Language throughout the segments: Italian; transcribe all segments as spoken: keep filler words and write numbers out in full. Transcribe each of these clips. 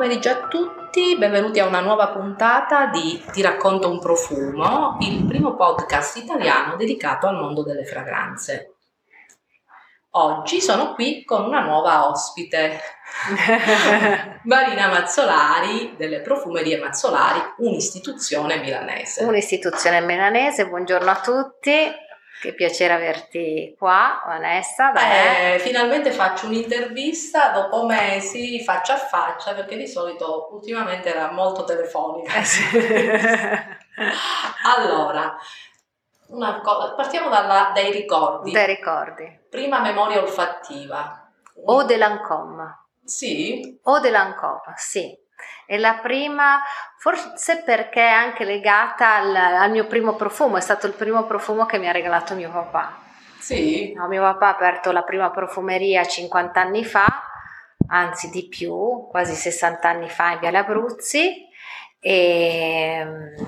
pomeriggio a tutti, benvenuti a una nuova puntata di Ti racconto un profumo, il primo podcast italiano dedicato al mondo delle fragranze. Oggi sono qui con una nuova ospite, Marina Mazzolari delle Profumerie Mazzolari, un'istituzione milanese. Un'istituzione milanese, buongiorno a tutti. Che piacere averti qua, Vanessa. Da me. Eh, finalmente faccio un'intervista dopo mesi, faccia a faccia, perché di solito ultimamente era molto telefonica. Eh sì. Allora, una cosa, partiamo dalla, dai ricordi. Dai ricordi. Prima memoria olfattiva. Eau de Lancôme. Sì? Eau de Lancôme, sì. È la prima, forse perché è anche legata al, al mio primo profumo, è stato il primo profumo che mi ha regalato mio papà. Sì? No, mio papà ha aperto la prima profumeria cinquanta anni fa, anzi di più, quasi sessanta anni fa in Viale Abruzzi, e,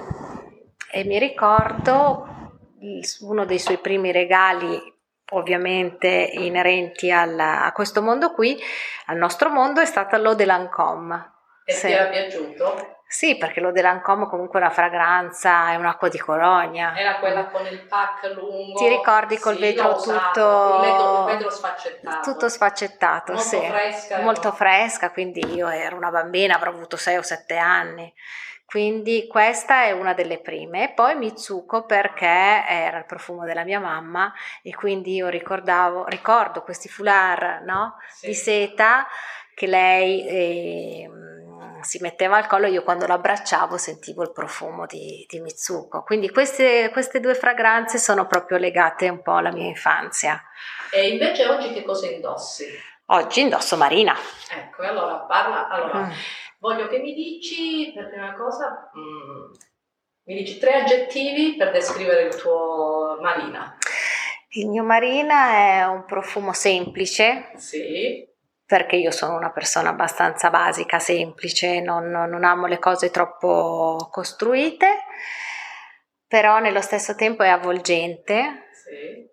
e mi ricordo uno dei suoi primi regali, ovviamente inerenti al, a questo mondo qui, al nostro mondo, è stata l'Eau de Lancôme. E Sì. ti era piaciuto? Sì, perché l'Eau de Lancôme comunque è una fragranza, è un'acqua di colonia. Era quella con il pack lungo. Ti ricordi col sì, vetro tutto tutto... il vetro, il vetro sfaccettato. Tutto sfaccettato, molto sì. Fresca, molto no? fresca, quindi io ero una bambina, avrò avuto sei o sette anni. Quindi questa è una delle prime. E poi Mitsuko perché era il profumo della mia mamma e quindi io ricordavo, ricordo questi foulard, no? Sì. Di seta che lei eh, si metteva al collo, io quando l'abbracciavo sentivo il profumo di, di Mitsuko. Quindi queste, queste due fragranze sono proprio legate un po' alla mia infanzia. E invece oggi che cosa indossi? Oggi indosso Marina. Ecco, e allora parla, allora Mm. voglio che mi dici, per prima cosa, mm, mi dici tre aggettivi per descrivere il tuo Marina. Il mio Marina è un profumo semplice. Sì. Perché io sono una persona abbastanza basica, semplice, non, non amo le cose troppo costruite, però nello stesso tempo è avvolgente. Sì.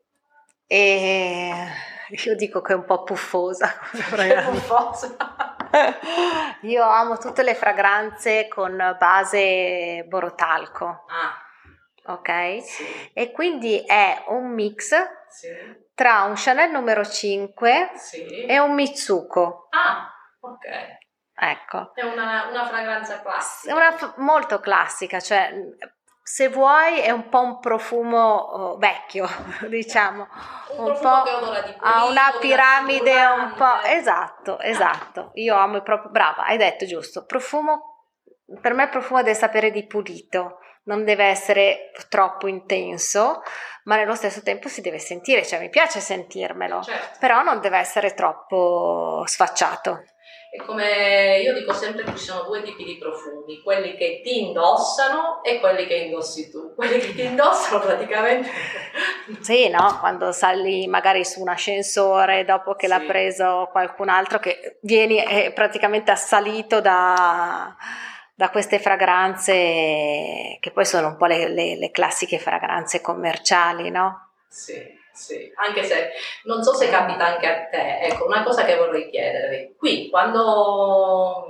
E io dico che è un po' puffosa. Che puffosa. Io amo tutte le fragranze con base borotalco. Ah. Ok? Sì. E quindi è un mix Sì. tra un Chanel numero cinque Sì. e un Mitsuko. Ah, ok. Ecco. È una, una fragranza classica. È una f- molto classica, cioè se vuoi è un po' un profumo oh, vecchio, diciamo. Un, un profumo po' che odora di pulito, ha una piramide un po'. rassicurante. Esatto, esatto. Io amo proprio, brava, hai detto giusto. Profumo, per me il profumo deve sapere di pulito. Non deve essere troppo intenso, ma nello stesso tempo si deve sentire, cioè mi piace sentirmelo, Certo. però non deve essere troppo sfacciato. E come io dico sempre che ci sono due tipi di profumi, quelli che ti indossano e quelli che indossi tu. Quelli che ti indossano praticamente... Sì, no? Quando sali magari su un ascensore dopo che Sì. l'ha preso qualcun altro, che vieni eh, praticamente assalito da... da queste fragranze che poi sono un po' le, le, le classiche fragranze commerciali, no? Sì, sì, anche se non so se capita anche a te, ecco, una cosa che vorrei chiedervi, qui quando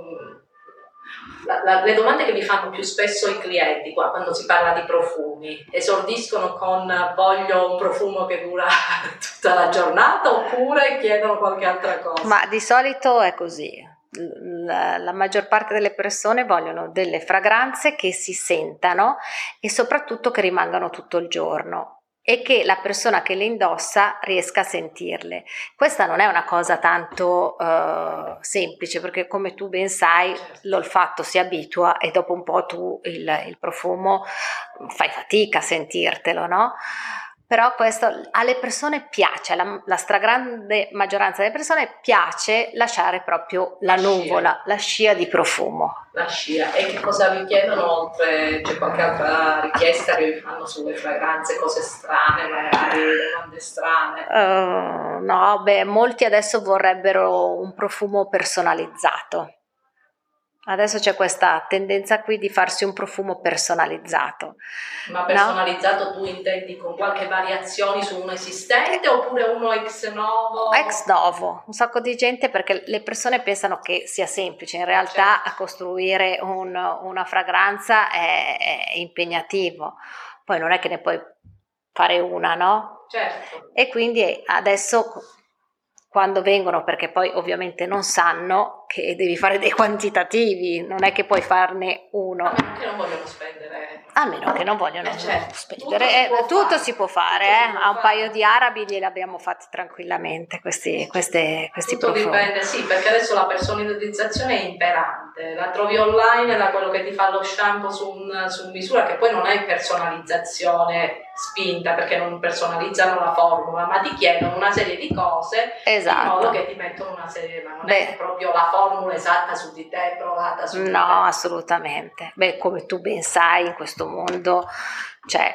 la, la, le domande che vi fanno più spesso i clienti qua, quando si parla di profumi, esordiscono con voglio un profumo che dura tutta la giornata oppure chiedono qualche altra cosa? Ma di solito è così. La, la maggior parte delle persone vogliono delle fragranze che si sentano e soprattutto che rimangano tutto il giorno e che la persona che le indossa riesca a sentirle. Questa non è una cosa tanto uh, semplice, perché come tu ben sai l'olfatto si abitua e dopo un po' tu il, il profumo fai fatica a sentirtelo, no? Però questo alle persone piace, alla, la stragrande maggioranza delle persone piace lasciare proprio la, la nuvola, scia. la scia di profumo. La scia. E che cosa vi chiedono oltre, c'è qualche altra richiesta che vi fanno sulle fragranze, cose strane, magari domande strane? Uh, no, beh, molti adesso vorrebbero un profumo personalizzato. Adesso c'è questa tendenza qui di farsi un profumo personalizzato. Ma personalizzato, no? Tu intendi con qualche variazione su uno esistente oppure uno ex novo? Ex novo, un sacco di gente, perché le persone pensano che sia semplice, in realtà certo. A costruire un, una fragranza è, è impegnativo, poi non è che ne puoi fare una, no? Certo. E quindi adesso, quando vengono, perché poi ovviamente non sanno che devi fare dei quantitativi, non è che puoi farne uno. A meno che non vogliono spendere. A meno che non vogliono eh certo, spendere. Tutto, si eh, può, tutto fare. si può fare, tutto eh. si può A un fare. paio di arabi glieli abbiamo fatti tranquillamente questi, queste, questi tutto profumi. Dipende, sì, perché adesso la personalizzazione è imperante, la trovi online da quello che ti fa lo shampoo su, un, su misura, che poi non è personalizzazione spinta, perché non personalizzano la formula, ma ti chiedono una serie di cose, esatto. In modo che ti mettono una serie, ma non Beh, è proprio la formula esatta su di te, provata su di no, te. No, assolutamente. Beh, come tu ben sai, in questo mondo cioè,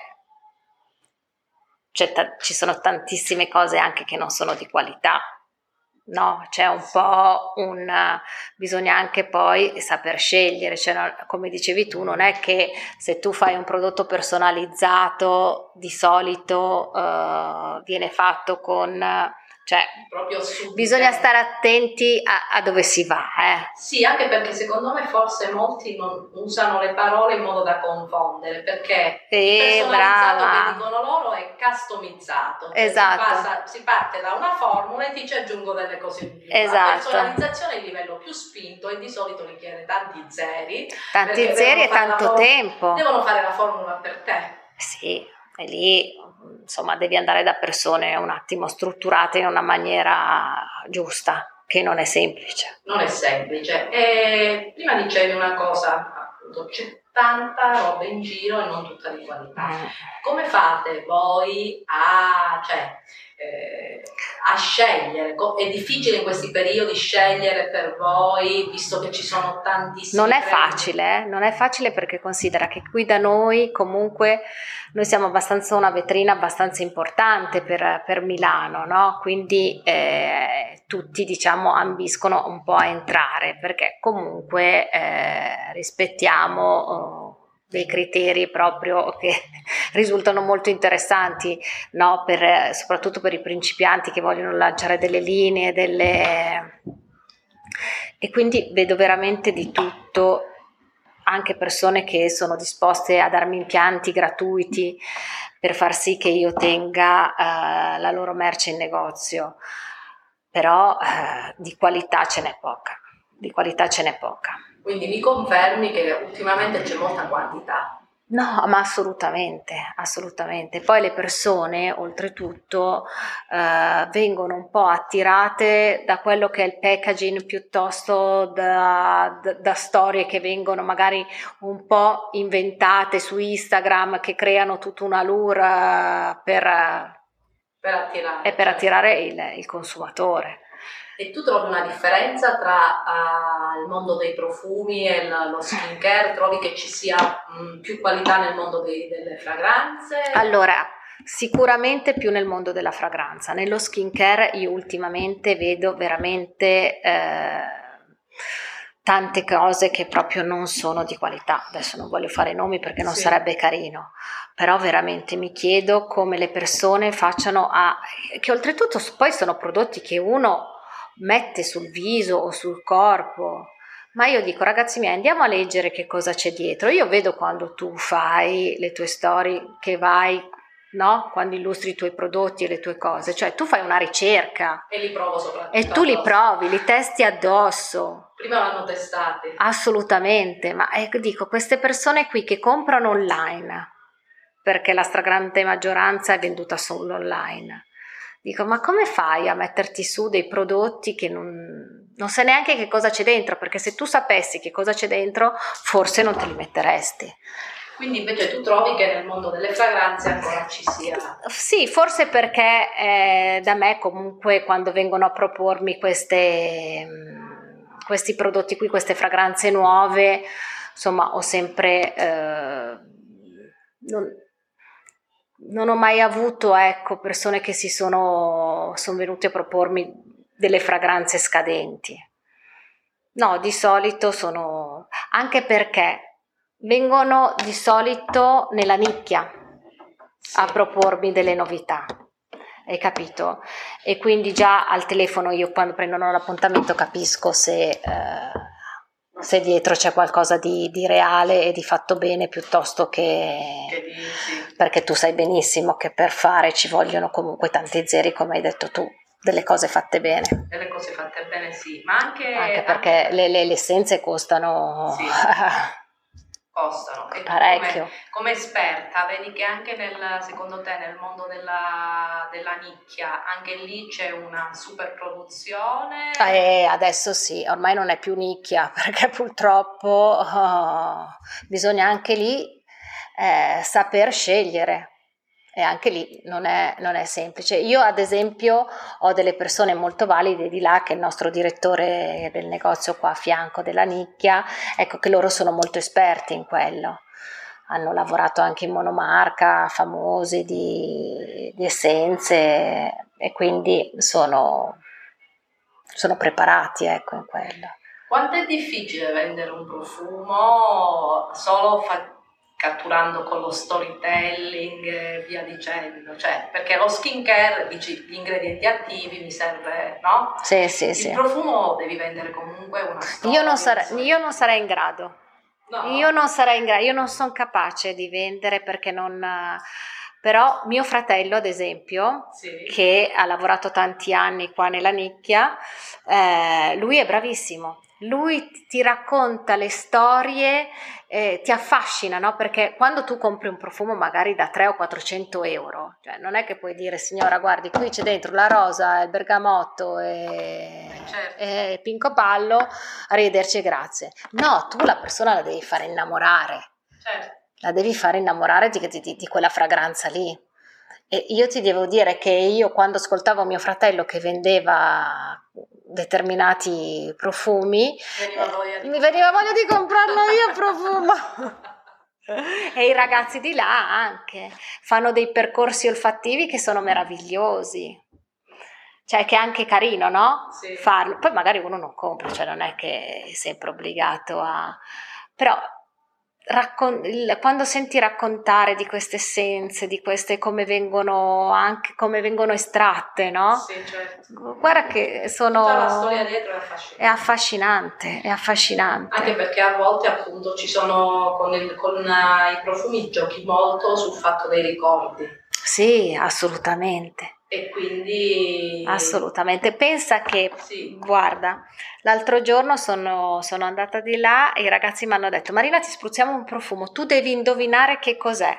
c'è ta- ci sono tantissime cose anche che non sono di qualità. No, c'è un po' un bisogna anche poi saper scegliere, cioè, no, come dicevi tu, non è che se tu fai un prodotto personalizzato di solito uh, viene fatto con, cioè proprio bisogna stare attenti a, a dove si va, eh. Sì, anche perché secondo me forse molti non usano le parole in modo da confondere, perché eh, il personalizzato brava. che dicono loro è customizzato, cioè esatto. si, passa, si parte da una formula e ti ci aggiungo delle cose in più. Esatto. La personalizzazione è il livello più spinto e di solito richiede tanti zeri, tanti zeri e tanto for- tempo. Devono fare la formula per te. Sì, e lì insomma devi andare da persone un attimo strutturate in una maniera giusta, che non è semplice. Non è semplice. E prima dicevi una cosa, appunto, c'è tanta roba in giro e non tutta di qualità. Mm. Come fate voi a, cioè, eh, a scegliere? È difficile in questi periodi scegliere per voi, visto che ci sono tantissimi. Non è facile, eh? Non è facile, perché considera che qui da noi comunque noi siamo abbastanza una vetrina abbastanza importante per, per Milano, no? Quindi eh, tutti diciamo ambiscono un po' a entrare, perché comunque eh, rispettiamo oh, dei criteri proprio che risultano molto interessanti, no? Per, soprattutto per i principianti che vogliono lanciare delle linee, delle... e quindi vedo veramente di tutto, anche persone che sono disposte a darmi impianti gratuiti per far sì che io tenga uh, la loro merce in negozio, però uh, di qualità ce n'è poca, di qualità ce n'è poca. Quindi mi confermi che ultimamente c'è molta quantità? No, ma assolutamente, assolutamente. Poi le persone, oltretutto, eh, vengono un po' attirate da quello che è il packaging, piuttosto da, da, da storie che vengono magari un po' inventate su Instagram, che creano tutta una lure per, per attirare, e per attirare il, il consumatore. E tu trovi una differenza tra uh, il mondo dei profumi e il, lo skincare? Trovi che ci sia mh, più qualità nel mondo dei, delle fragranze? Allora, sicuramente più nel mondo della fragranza. Nello skincare io ultimamente vedo veramente eh, tante cose che proprio non sono di qualità. Adesso non voglio fare nomi perché non sì. sarebbe carino, però veramente mi chiedo come le persone facciano a... che oltretutto poi sono prodotti che uno mette sul viso o sul corpo, ma io dico, ragazzi miei, andiamo a leggere che cosa c'è dietro. Io vedo quando tu fai le tue storie, che vai, no? Quando illustri i tuoi prodotti e le tue cose, cioè tu fai una ricerca e li provo soprattutto e tu addosso. Li provi, li testi addosso. Prima vanno testati. Assolutamente, ma ecco, dico, queste persone qui che comprano online, perché la stragrande maggioranza è venduta solo online, dico, ma come fai a metterti su dei prodotti che non, non sai neanche che cosa c'è dentro? Perché se tu sapessi che cosa c'è dentro, forse non te li metteresti. Quindi invece tu trovi che nel mondo delle fragranze ancora ci sia? Sì, forse perché eh, da me comunque quando vengono a propormi queste, questi prodotti qui, queste fragranze nuove, insomma ho sempre... Eh, non, Non ho mai avuto, ecco, persone che si sono, sono venute a propormi delle fragranze scadenti. No, di solito sono, anche perché vengono di solito nella nicchia Sì. a propormi delle novità, hai capito? E quindi già al telefono io quando prendono l'appuntamento capisco se, eh, se dietro c'è qualcosa di, di reale e di fatto bene piuttosto che... Che di- sì. Perché tu sai benissimo che per fare ci vogliono comunque tanti zeri, come hai detto tu, delle cose fatte bene. Delle cose fatte bene, sì, ma anche... Anche perché anche- le, le- le essenze costano Sì. costano. E tu parecchio. come, come esperta, vedi che anche nel, secondo te nel mondo della, della nicchia, anche lì c'è una super produzione? E adesso sì, ormai non è più nicchia perché purtroppo oh, bisogna anche lì eh, saper scegliere. E anche lì non è, non è semplice. Io ad esempio ho delle persone molto valide di là, che è il nostro direttore del negozio qua a fianco della nicchia, ecco che loro sono molto esperti in quello. Hanno lavorato anche in monomarca, famosi di, di essenze e quindi sono, sono preparati, ecco, in quello. Quanto è difficile vendere un profumo solo fa- catturando con lo storytelling e via dicendo? Cioè, perché lo skincare, dici, gli ingredienti attivi mi serve, no? Sì, sì, Il sì. profumo devi vendere comunque una storia. Io non, sare- insomma. io non sarei in grado. No? Io non sarei in grado, io non sono capace di vendere perché non... Però mio fratello, ad esempio, Sì. che ha lavorato tanti anni qua nella nicchia, eh, lui è bravissimo. Lui ti racconta le storie, eh, ti affascina, no? Perché quando tu compri un profumo magari da trecento o quattrocento euro, cioè non è che puoi dire signora guardi qui c'è dentro la rosa, il bergamotto e, certo. e Pinco Pallo, arrivederci e grazie. No, tu la persona la devi fare innamorare. Certo. La devi fare innamorare di, di, di quella fragranza lì. E io ti devo dire che io quando ascoltavo mio fratello che vendeva determinati profumi, Veniva voglia di eh, mi veniva voglia di comprarlo io il profumo. E i ragazzi di là anche fanno dei percorsi olfattivi che sono meravigliosi. Cioè che è anche carino, no? Sì. Farlo. Poi magari uno non compra, cioè non è che è sempre obbligato a... Però raccon- il- quando senti raccontare di queste essenze, di queste come vengono anche come vengono estratte, no? Sì, certo. Guarda che sono... Tutta la storia dietro è affascinante. È affascinante, è affascinante. Anche perché a volte appunto ci sono con, il, con uh, i profumi giochi molto sul fatto dei ricordi. Sì, assolutamente. E quindi... Assolutamente. Pensa che, sì. Guarda, l'altro giorno sono, sono andata di là e i ragazzi mi hanno detto Marina ti spruzziamo un profumo, tu devi indovinare che cos'è.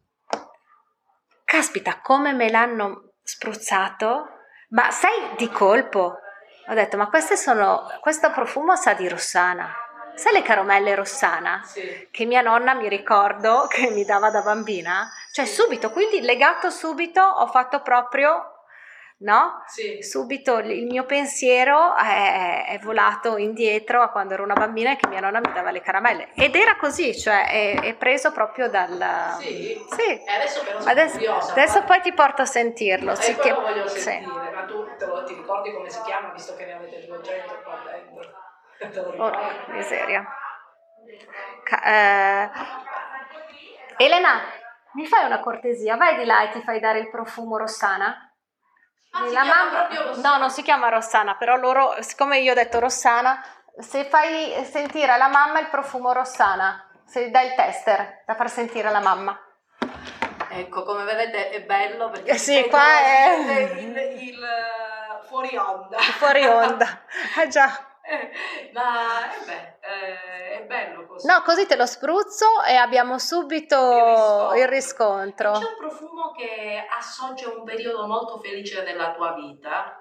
Caspita, come me l'hanno spruzzato? Ma sai di colpo? Ho detto ma queste sono, questo profumo sa di Rossana. Sai le caramelle Rossana? Sì. Che mia nonna mi ricordo che mi dava da bambina? Cioè subito, quindi legato subito ho fatto proprio, no? Sì. Subito il mio pensiero è, è volato indietro a quando ero una bambina e che mia nonna mi dava le caramelle. Ed era così, cioè è, è preso proprio dal... Sì? Sì. E adesso però sono Adesso, curiosa. adesso ma... poi ti porto a sentirlo. E sì, poi che... lo voglio sì. sentire, ma tu te lo, ti ricordi come si chiama visto che ne avete duecento qua dentro? Te lo Oh, ricordi? miseria. Ca- eh, Elena, mi fai una cortesia? Vai di là e ti fai dare il profumo Rossana? Ah, si La chiama mamma... proprio Rossana? No, non si chiama Rossana, però loro, siccome io ho detto Rossana, se fai sentire alla mamma il profumo Rossana, se dai il tester da far sentire alla mamma. Ecco, come vedete è bello perché Eh sì, si sente- qua si è- sente il, il, eh, fuori onda. Fuori onda. Eh già. Eh, ma eh beh, eh, è bello così. No, così te lo spruzzo e abbiamo subito il riscontro. C'è un profumo che associa un periodo molto felice della tua vita?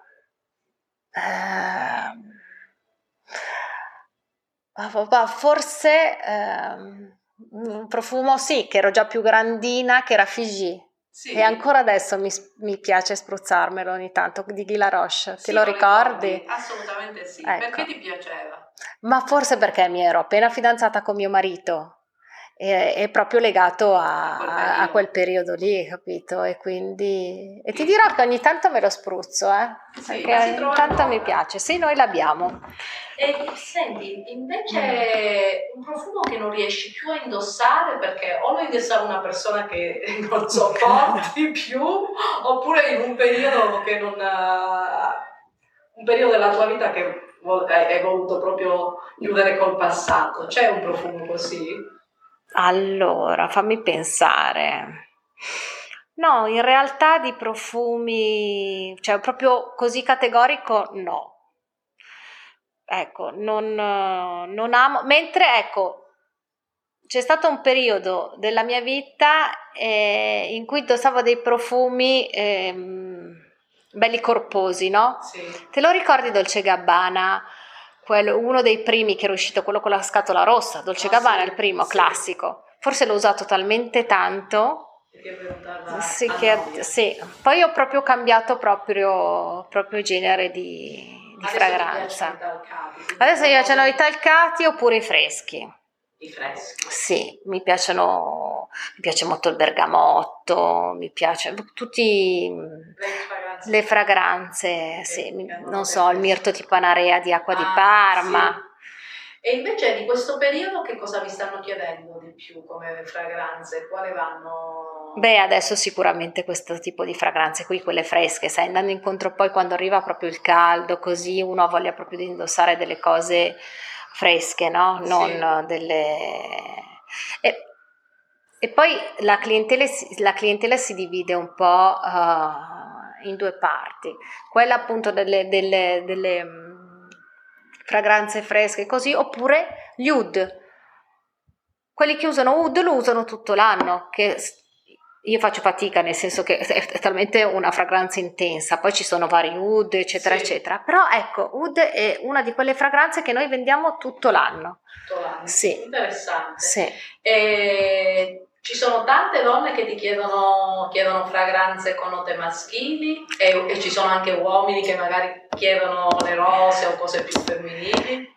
Eh, forse ehm, un profumo, sì, che ero già più grandina, che era Fiji. Sì. E ancora adesso mi, mi piace spruzzarmelo ogni tanto, di Guy Laroche. Sì, Te lo ricordi? Assolutamente sì. Ecco. Perché ti piaceva? Ma forse perché mi ero appena fidanzata con mio marito. È, è proprio legato a, Quel a, a quel periodo lì, capito? E quindi e ti dirò che ogni tanto me lo spruzzo, eh? Sì, Perché ma si ogni trova tanto ancora? mi piace. Sì, noi l'abbiamo. E senti, invece un profumo che non riesci più a indossare perché o lo indossa una persona che non sopporti più, oppure in un periodo che non un periodo della tua vita che hai voluto proprio chiudere col passato. C'è un profumo così? Allora, fammi pensare. No, in realtà di profumi, cioè proprio così categorico, no. Ecco, non, non amo, mentre ecco, c'è stato un periodo della mia vita eh, in cui indossavo dei profumi ehm, belli corposi, no? Sì. Te lo ricordi Dolce Gabbana? Quello, uno dei primi che era uscito, quello con la scatola rossa, Dolce Oh, Gabbana, sì, il primo, sì. classico. Forse l'ho usato talmente tanto. Che è venuta Sì, a che, sì, poi ho proprio cambiato proprio, proprio genere di, di Adesso fragranza. Ti talcati, Adesso mi piacciono i talcati oppure i freschi. I freschi. Sì, mi piacciono, mi piace molto il bergamotto, mi piace tutti le fragranze, le fragranze, sì, non so, il mirto di Panarea di Acqua ah, di Parma. Sì. E invece di questo periodo che cosa mi stanno chiedendo di più come fragranze? Quali vanno? Beh, adesso sicuramente questo tipo di fragranze qui, quelle fresche, sai, andando incontro poi quando arriva proprio il caldo, così uno ha voglia proprio di indossare delle cose fresche, no? Non sì. delle... E, e poi la clientela, la clientela si divide un po' uh, in due parti. Quella appunto delle... delle, delle fragranze fresche così, oppure gli oud. Quelli che usano oud lo usano tutto l'anno, che io faccio fatica, nel senso che è talmente una fragranza intensa, poi ci sono vari oud, eccetera, sì. eccetera. Però ecco, oud è una di quelle fragranze che noi vendiamo tutto l'anno. Tutto l'anno, sì. Interessante. Sì. E ci sono tante donne che ti chiedono, chiedono fragranze con note maschili e, e ci sono anche uomini che magari chiedono le rose o cose più femminili.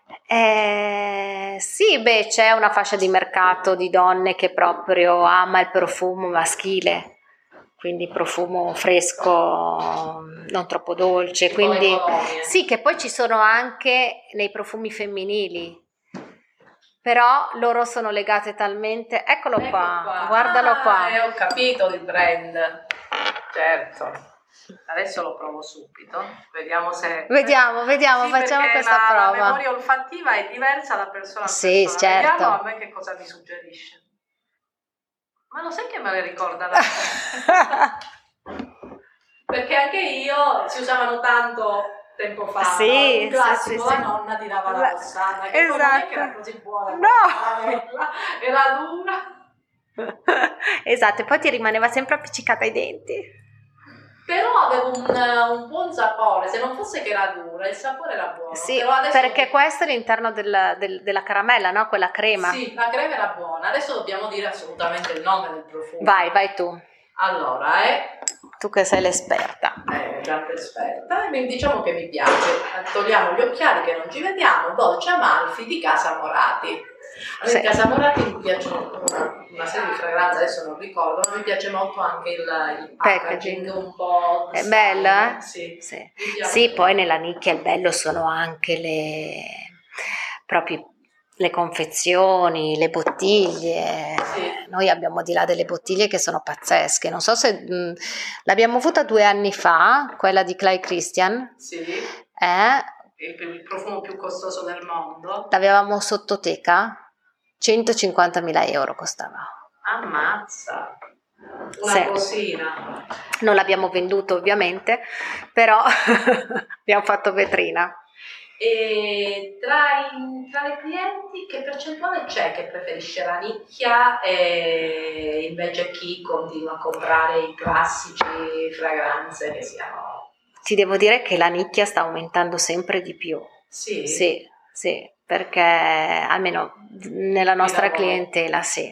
Eh, sì, beh, c'è una fascia di mercato di donne che proprio ama il profumo maschile, quindi profumo fresco, non troppo dolce, tipo quindi sì, che poi ci sono anche nei profumi femminili. Però loro sono legate talmente, eccolo ecco qua, qua, guardalo ah, qua. Eh, ho capito il brand, certo. Adesso lo provo subito, vediamo se... Vediamo, vediamo, sì, facciamo questa la, prova. La memoria olfattiva è diversa da persona a sì, persona. certo. Vediamo a me che cosa mi suggerisce. Ma lo sai che me le ricorda la... Perché anche io si usavano tanto tempo fa, sì, no? Un classico, sì, la sì, nonna ti dava la rossana, che esatto. poi non è che era così buona, no, era dura. Esatto, e poi ti rimaneva sempre appiccicata ai denti. Però avevo un, un buon sapore, se non fosse che era dura, il sapore era buono. Sì, però adesso perché dobbiamo... questo è all'interno del, del, della caramella, no? Quella crema. Sì, la crema era buona. Adesso dobbiamo dire assolutamente il nome del profumo. Vai, vai tu. Allora, eh... tu che sei l'esperta. Eh, grande esperta. E diciamo che mi piace. Togliamo gli occhiali che non ci vediamo. Dolce Amalfi di Casa Morati. A me sì. Casa Morati mi piacciono una, una serie di fragranze, adesso non ricordo, ma mi piace molto anche il, il packaging, packaging un po'. È bella? Eh? Sì. Sì. Sì, poi nella nicchia il bello sono anche le proprio le confezioni, le bottiglie. Sì. Noi abbiamo di là delle bottiglie che sono pazzesche. Non so se mh, l'abbiamo avuta due anni fa, quella di Clyde Christian. Sì. Eh, il profumo più costoso del mondo. L'avevamo sottoteca. centocinquantamila euro costava. Ammazza, una sì. cosina. Non l'abbiamo venduto ovviamente, però abbiamo fatto vetrina. E tra, i, tra le clienti che percentuale c'è che preferisce la nicchia e invece chi continua a comprare i classici fragranze che siano... Ti devo dire che la nicchia sta aumentando sempre di più. Sì? Sì, sì. Perché almeno nella nostra clientela sì,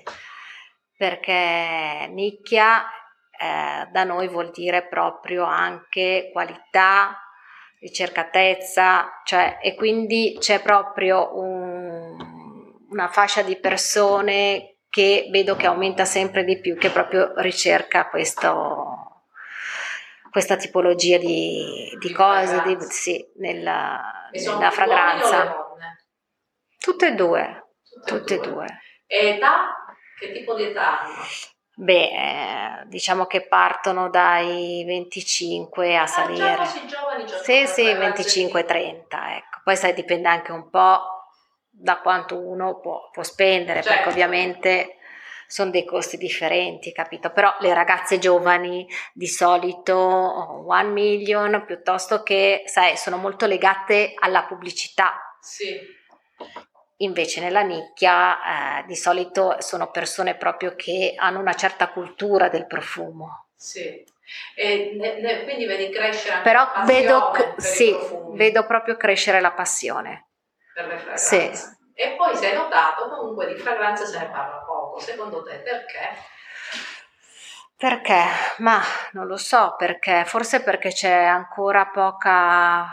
perché nicchia eh, da noi vuol dire proprio anche qualità, ricercatezza, cioè, e quindi c'è proprio un, una fascia di persone che vedo che aumenta sempre di più, che proprio ricerca questo, questa tipologia di, di Di cose, di, fragranze. sì, nella, E sono nella più uomini o le fragranza. donne? Tutte e due, Tutte e tutte e due. due. E età? Che tipo di età hanno? Beh, eh, diciamo che partono dai venticinque a Ah, già salire. così giovani cercano Sì, le sì, fragranze venticinque di... trenta, ecco. Poi sai, dipende anche un po' da quanto uno può, può spendere, perché Certo. ovviamente sono dei costi differenti, capito? Però le ragazze giovani di solito oh, one million, piuttosto che, sai, sono molto legate alla pubblicità. Sì. Invece nella nicchia eh, di solito sono persone proprio che hanno una certa cultura del profumo. Sì. E ne- ne- quindi vedi crescere anche Però la passione vedo, per sì, i profumi, vedo proprio crescere la passione. per le Sì. fragranze. E poi si è notato comunque di fragranze se ne parla poco. Secondo te perché? Perché? Ma non lo so perché, forse perché c'è ancora poca,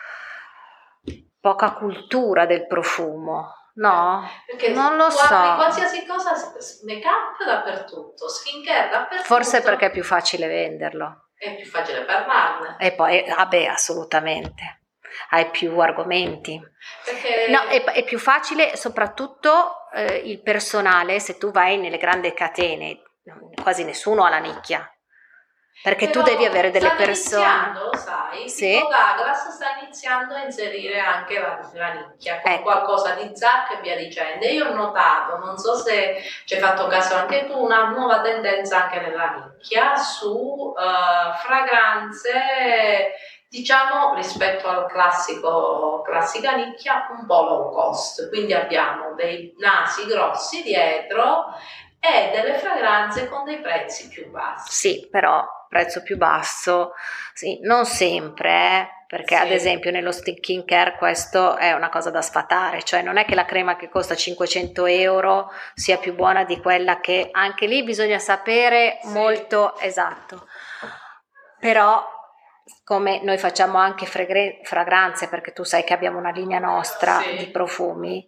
poca cultura del profumo, no? Perché Non lo tu apri so. qualsiasi cosa, make up dappertutto, skincare dappertutto. Forse perché è più facile venderlo. È più facile parlarne. E poi, vabbè, assolutamente. Hai più argomenti. Perché... No, è, è più facile soprattutto eh, il personale, se tu vai nelle grandi catene, quasi nessuno ha la nicchia. Perché Però tu devi avere delle stanno persone. iniziando, lo sai, Sì? tipo Douglas sta iniziando a inserire anche la, la nicchia, con Ecco. qualcosa di Zac e via dicendo. E io ho notato, non so se ci hai fatto caso anche tu, una nuova tendenza anche nella nicchia su uh, fragranze, diciamo, rispetto al classico, classica nicchia, un po' low cost. Quindi abbiamo dei nasi grossi dietro e delle fragranze con dei prezzi più bassi. Sì, però prezzo più basso, sì, non sempre, eh, perché Sì. ad esempio nello skincare questo è una cosa da sfatare, cioè non è che la crema che costa cinquecento euro sia più buona di quella che, anche lì bisogna sapere Sì. molto esatto, però come noi facciamo anche fregre- fragranze, perché tu sai che abbiamo una linea nostra Sì. di profumi,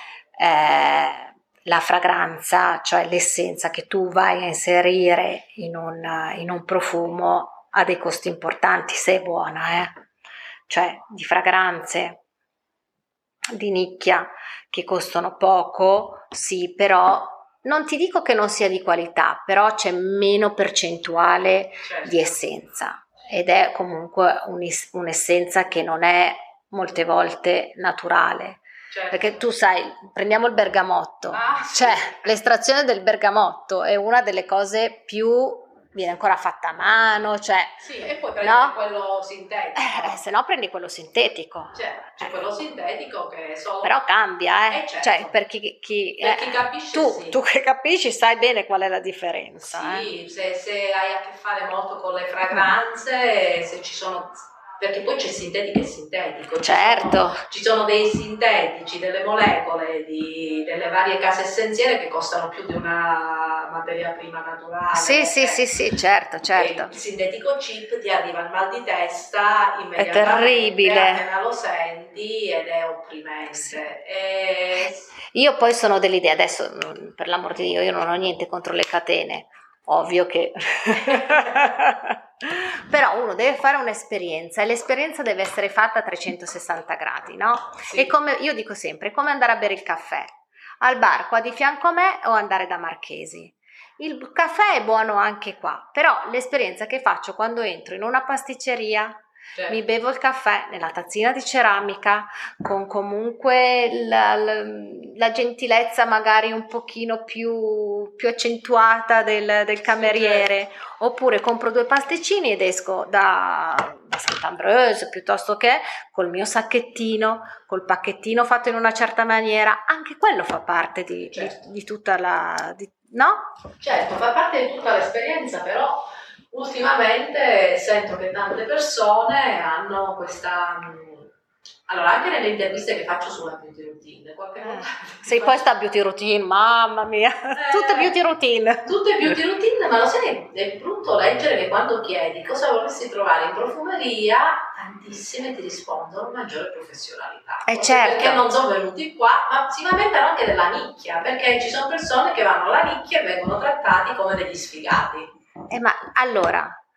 eh, la fragranza, cioè l'essenza che tu vai a inserire in un, in un profumo ha dei costi importanti se è buona, eh? Cioè di fragranze di nicchia che costano poco, sì, però non ti dico che non sia di qualità, però c'è meno percentuale Certo. di essenza ed è comunque un'essenza che non è molte volte naturale. Certo. Perché tu sai, prendiamo il bergamotto, Ah, sì. cioè l'estrazione del bergamotto è una delle cose più, viene ancora fatta a mano, cioè... Sì, e poi prendi no? quello sintetico. Eh, se no prendi quello sintetico. Cioè, c'è Eh. quello sintetico che è solo... Però cambia, eh? Eh, certo. Cioè per chi, chi, Per chi eh, capisce, tu, sì. tu che capisci sai bene qual è la differenza. Sì, eh? se, se hai a che fare molto con le fragranze, se ci sono... Perché poi c'è sintetico e sintetico. Ci Certo. sono, ci sono dei sintetici, delle molecole, di, delle varie case essenziali che costano più di una materia prima naturale. Sì, sì, eh. sì, sì, certo, certo. E il sintetico cheap ti arriva il mal di testa immediatamente. È terribile. Appena lo senti ed è opprimente. Sì. E... Io poi sono dell'idea, adesso per l'amor di Dio io non ho niente contro le catene, ovvio che... Però uno deve fare un'esperienza e l'esperienza deve essere fatta a trecentosessanta gradi, no? Sì. E come io dico sempre, è come andare a bere il caffè al bar qua di fianco a me o andare da Marchesi. Il caffè è buono anche qua, però l'esperienza che faccio quando entro in una pasticceria, Certo. mi bevo il caffè nella tazzina di ceramica con comunque la, la, la gentilezza magari un pochino più, più accentuata del, del cameriere, Sì, certo. Oppure compro due pasticcini ed esco da, da Sant'Ambroise piuttosto che col mio sacchettino, col pacchettino fatto in una certa maniera, anche quello fa parte di, Certo. di, di tutta la... Di, no? Certo, fa parte di tutta l'esperienza, però ultimamente sento che tante persone hanno questa... Allora, anche nelle interviste che faccio sulla beauty routine, qualche volta... Eh, sei poi sta beauty routine, mamma mia, Eh, tutte beauty routine. Tutte beauty routine, ma lo sai, è brutto leggere che quando chiedi cosa vorresti trovare in profumeria, tantissime ti rispondono maggiore professionalità. Eh, Forse certo. Perché non sono venuti qua, ma si lamentano anche della nicchia, perché ci sono persone che vanno alla nicchia e vengono trattati come degli sfigati. Eh, ma allora,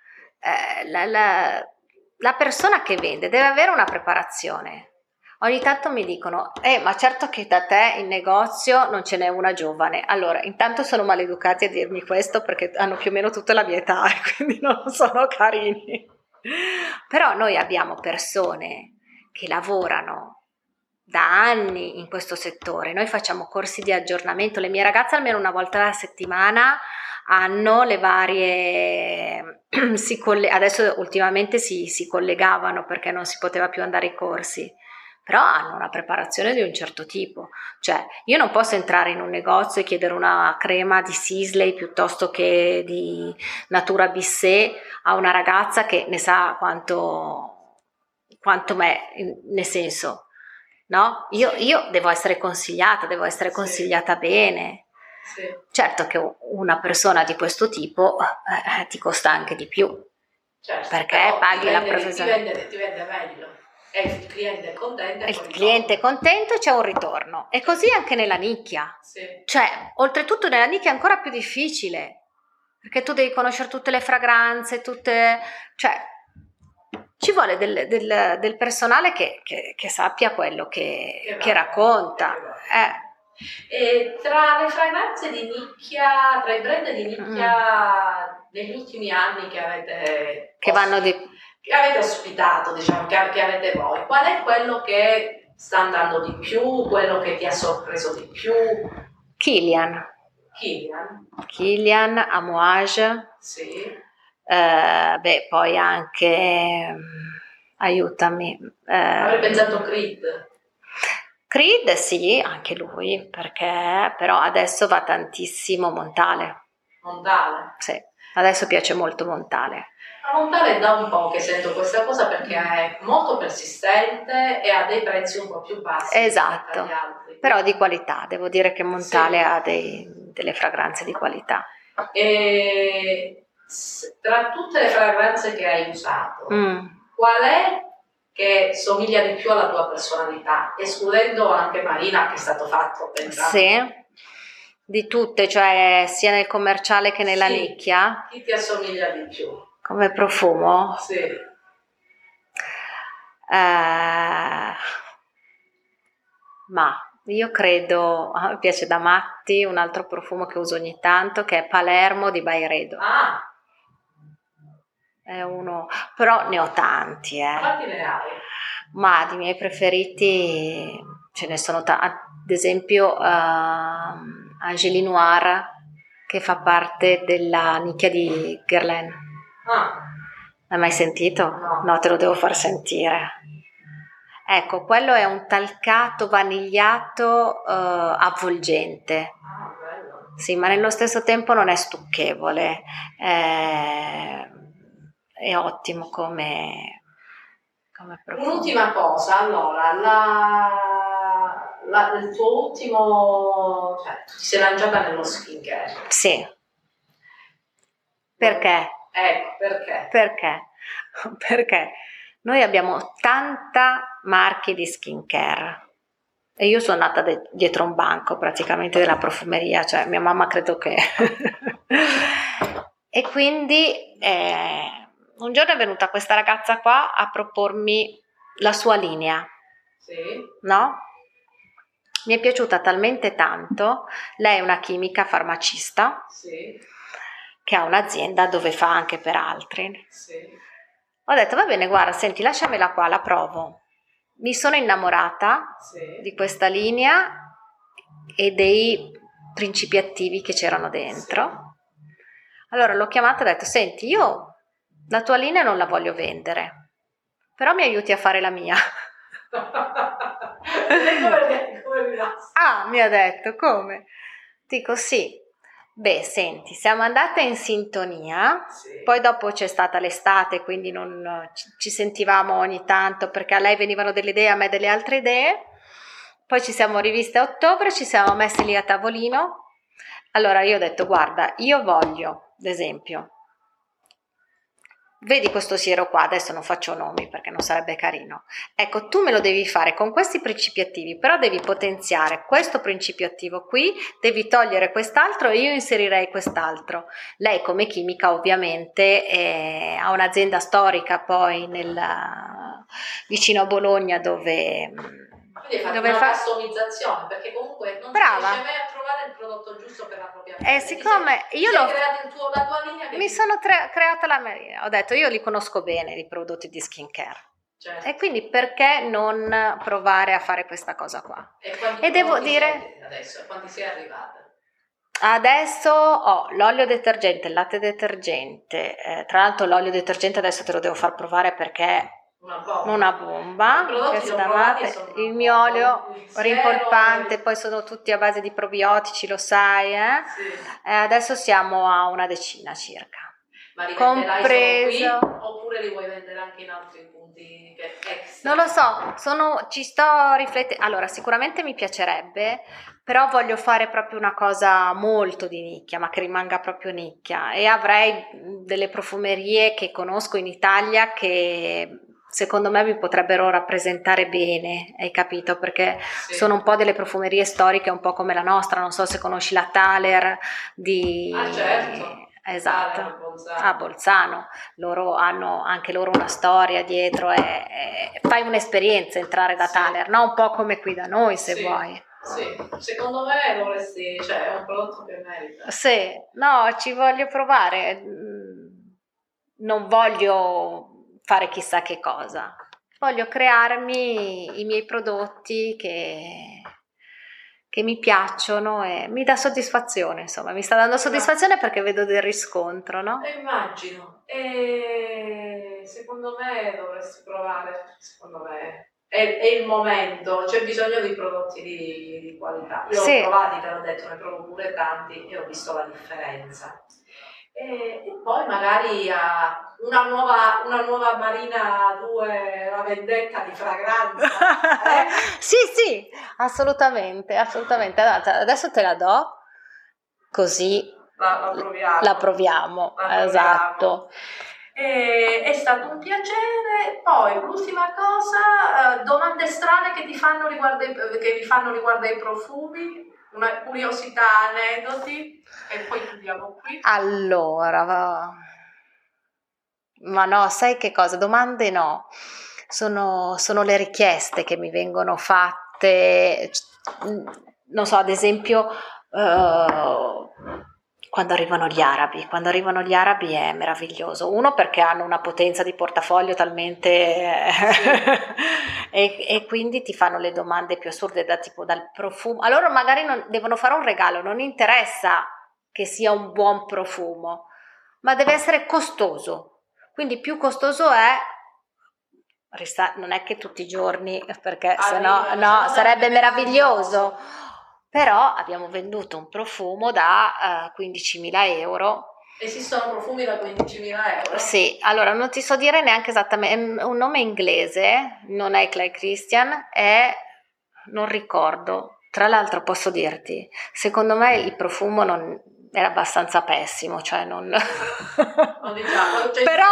eh, la, la, la persona che vende deve avere una preparazione. Ogni tanto mi dicono, eh, ma certo che da te in negozio non ce n'è una giovane. Allora, intanto sono maleducati a dirmi questo perché hanno più o meno tutta la mia età e quindi non sono carini. Però noi abbiamo persone che lavorano da anni in questo settore. Noi facciamo corsi di aggiornamento. Le mie ragazze almeno una volta alla settimana hanno le varie... si coll- adesso ultimamente si, si collegavano perché non si poteva più andare ai corsi. Però hanno una preparazione di un certo tipo, cioè io non posso entrare in un negozio e chiedere una crema di Sisley piuttosto che di Natura Bissé a una ragazza che ne sa quanto, quanto me, nel senso, no? Io, io devo essere consigliata, devo essere consigliata sì. bene. Sì. Certo che una persona di questo tipo eh, ti costa anche di più, certo, perché paghi la professione. Ti vende, ti vende meglio. E il cliente è contento. Il cliente è contento e c'è un ritorno. E così anche nella nicchia. Sì. Cioè, oltretutto nella nicchia è ancora più difficile, perché tu devi conoscere tutte le fragranze, tutte... Cioè, ci vuole del, del, del personale che, che, che sappia quello che, che, che racconta. Eh. E tra le fragranze di nicchia, tra i brand di nicchia mm. negli ultimi anni che avete... Che vanno di... che avete ospitato, diciamo, che, che avete voi, qual è quello che sta andando di più, quello che ti ha sorpreso di più? Kilian. Kilian. Kilian, Amouage. Sì. Eh, beh, poi anche, aiutami. Eh, Avrei pensato Creed. Creed, sì, anche lui, perché però adesso va tantissimo Montale. Montale? Sì, adesso piace molto Montale. A Montale da un po' che sento questa cosa perché è molto persistente e ha dei prezzi un po' più bassi. Esatto, agli altri. Però di qualità, devo dire che Montale sì. ha dei, delle fragranze di qualità. E tra tutte le fragranze che hai usato, mm. qual è che somiglia di più alla tua personalità, escludendo anche Marina che è stato fatto per Sì. Di tutte, cioè sia nel commerciale che nella sì. nicchia? Chi ti assomiglia di più? Come profumo? Sì. Uh, ma io credo, a me piace da matti un altro profumo che uso ogni tanto che è Palermo di Byredo. Ah. È uno, però ne ho tanti, eh. Quanti ne hai? Ma di miei preferiti ce ne sono tanti, ad esempio uh, Angélie Noir che fa parte della nicchia di Guerlain. Ah. L'hai mai sentito? No. No, te lo devo far sentire. Ecco, quello è un talcato vanigliato uh, avvolgente. Ah, bello. Sì, ma nello stesso tempo non è stucchevole. È, è ottimo come, come profumo. Un'ultima cosa, allora, la, la, il tuo ultimo... cioè, tu ti sei lanciata nello skincare. Sì. Perché? Ecco, perché? Perché? Perché noi abbiamo tanta marchi di skincare e io sono nata de- dietro un banco praticamente della profumeria, cioè mia mamma credo che... e quindi eh, un giorno è venuta questa ragazza qua a propormi la sua linea, sì. no? Mi è piaciuta talmente tanto, lei è una chimica farmacista, sì. che ha un'azienda dove fa anche per altri. Sì. Ho detto va bene, guarda, senti, lasciamela qua, la provo. Mi sono innamorata sì. di questa linea e dei principi attivi che c'erano dentro. Sì. Allora l'ho chiamata e ho detto, senti, io la tua linea non la voglio vendere, però mi aiuti a fare la mia. come, come ah, mi ha detto, come? Dico sì. Beh, senti, siamo andate in sintonia, sì. Poi dopo c'è stata l'estate, quindi non ci sentivamo ogni tanto perché a lei venivano delle idee, a me delle altre idee, poi ci siamo riviste a ottobre, ci siamo messi lì a tavolino, allora io ho detto guarda, io voglio, ad esempio, vedi questo siero qua, adesso non faccio nomi perché non sarebbe carino. Ecco, tu me lo devi fare con questi principi attivi, però devi potenziare questo principio attivo qui, devi togliere quest'altro e io inserirei quest'altro. Lei come chimica ovviamente eh, ha un'azienda storica poi nel, vicino a Bologna dove... Quindi hai fatto dove una fa... customizzazione, perché comunque non Brava. si riesce mai a trovare il prodotto giusto per la propria E eh, siccome sei, io l'ho creato il tuo, la tua linea che mi ti... sono tre, creata la mia, ho detto io li conosco bene i prodotti di skincare, certo. E quindi perché non provare a fare questa cosa qua? E, e devo dire adesso quanti sei arrivata? Adesso ho l'olio detergente, il latte detergente, eh, tra l'altro l'olio detergente adesso te lo devo far provare perché una bomba, una bomba il mio olio rimpolpante, poi sono tutti a base di probiotici, lo sai, eh? Sì. Eh, adesso siamo a una decina circa. Ma li compreso qui, oppure li vuoi vendere anche in altri punti extra? Non lo so, sono, ci sto riflettendo. Allora, sicuramente mi piacerebbe, però voglio fare proprio una cosa molto di nicchia, ma che rimanga proprio nicchia, e avrei delle profumerie che conosco in Italia che secondo me mi potrebbero rappresentare bene, hai capito? Perché sì. Sono un po' delle profumerie storiche un po' come la nostra, non so se conosci la Thaler di... Ah, certo. Esatto, a Bolzano. a Bolzano, loro hanno anche loro una storia dietro e, e fai un'esperienza entrare da sì. Thaler, no? Un po' come qui da noi se sì. vuoi. Sì, secondo me dovresti, cioè è un prodotto che merita. Sì, no, ci voglio provare, non voglio fare chissà che cosa, voglio crearmi i miei prodotti che... che mi piacciono e mi dà soddisfazione, insomma, mi sta dando soddisfazione perché vedo del riscontro, no? E immagino, e secondo me dovresti provare, secondo me è, è il momento, c'è bisogno di prodotti di, di qualità. Io sì. Ho provati, te l'ho detto, ne provo pure tanti e ho visto la differenza. E, e poi magari a una nuova, una nuova Marina due, la vendetta di fragranza. Eh? Sì, sì, assolutamente, assolutamente. Adesso te la do, così la, la proviamo. La proviamo, la proviamo. Esatto. E, è stato un piacere. Poi l'ultima cosa, eh, domande strane che ti fanno riguardo i, che vi fanno riguardo ai profumi. Una curiosità, aneddoti e poi chiudiamo qui. Allora, va. Ma no, sai che cosa? Domande no, sono, sono le richieste che mi vengono fatte, non so, ad esempio uh, quando arrivano gli arabi, quando arrivano gli arabi è meraviglioso, uno perché hanno una potenza di portafoglio talmente sì. e, e quindi ti fanno le domande più assurde, da tipo dal profumo, allora magari non, devono fare un regalo, non interessa che sia un buon profumo, ma deve essere costoso. Quindi più costoso è, non è che tutti i giorni, perché se no, no sarebbe meraviglioso, però abbiamo venduto un profumo da uh, quindicimila euro. Esistono profumi da quindicimila euro? Sì, allora non ti so dire neanche esattamente, è un nome inglese, non è Clay Christian, è, non ricordo, tra l'altro posso dirti, secondo me il profumo non... era abbastanza pessimo, cioè non... non diciamo,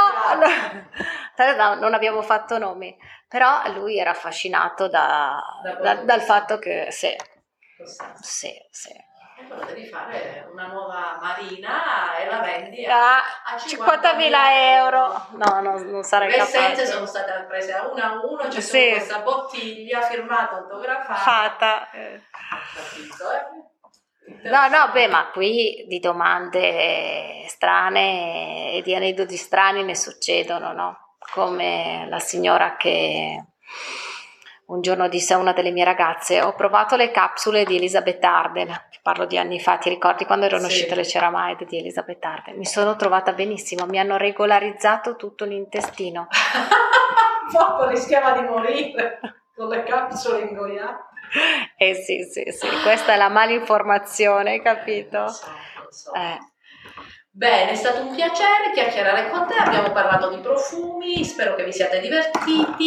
però no, non abbiamo fatto nomi, però lui era affascinato da, da da, dal fatto che sì, sì, sì. E allora devi fare una nuova Marina e la vendi a, a cinquantamila euro. No, no, non sarei capace. Le essenze sono state prese a uno a uno, c'è sì. Questa bottiglia firmata, autografata. Fatta. Eh. Capito, eh? No, no, beh, ma qui di domande strane e di aneddoti strani ne succedono, no? Come la signora che un giorno disse a una delle mie ragazze: ho provato le capsule di Elizabeth Arden, parlo di anni fa, ti ricordi quando erano sì. uscite le ceramide di Elizabeth Arden? Mi sono trovata benissimo, mi hanno regolarizzato tutto l'intestino. Poco rischiava di morire con le capsule ingoiate. Eh sì, sì, sì, questa è la malinformazione, capito? Lo so, lo so. Eh. Bene, è stato un piacere chiacchierare con te, abbiamo parlato di profumi, spero che vi siate divertiti,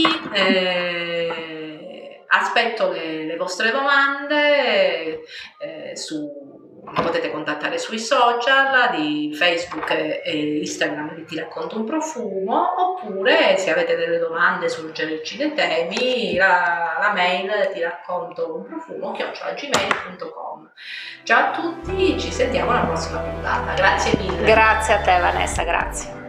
eh, aspetto le, le vostre domande eh, su mi potete contattare sui social di Facebook e, e Instagram di Ti racconto un profumo, oppure se avete delle domande, suggerirci dei temi, la, la mail ti racconto un profumo chiocciola gmail punto com. Ciao a tutti, ci sentiamo alla prossima puntata. Grazie mille. Grazie a te Vanessa, grazie.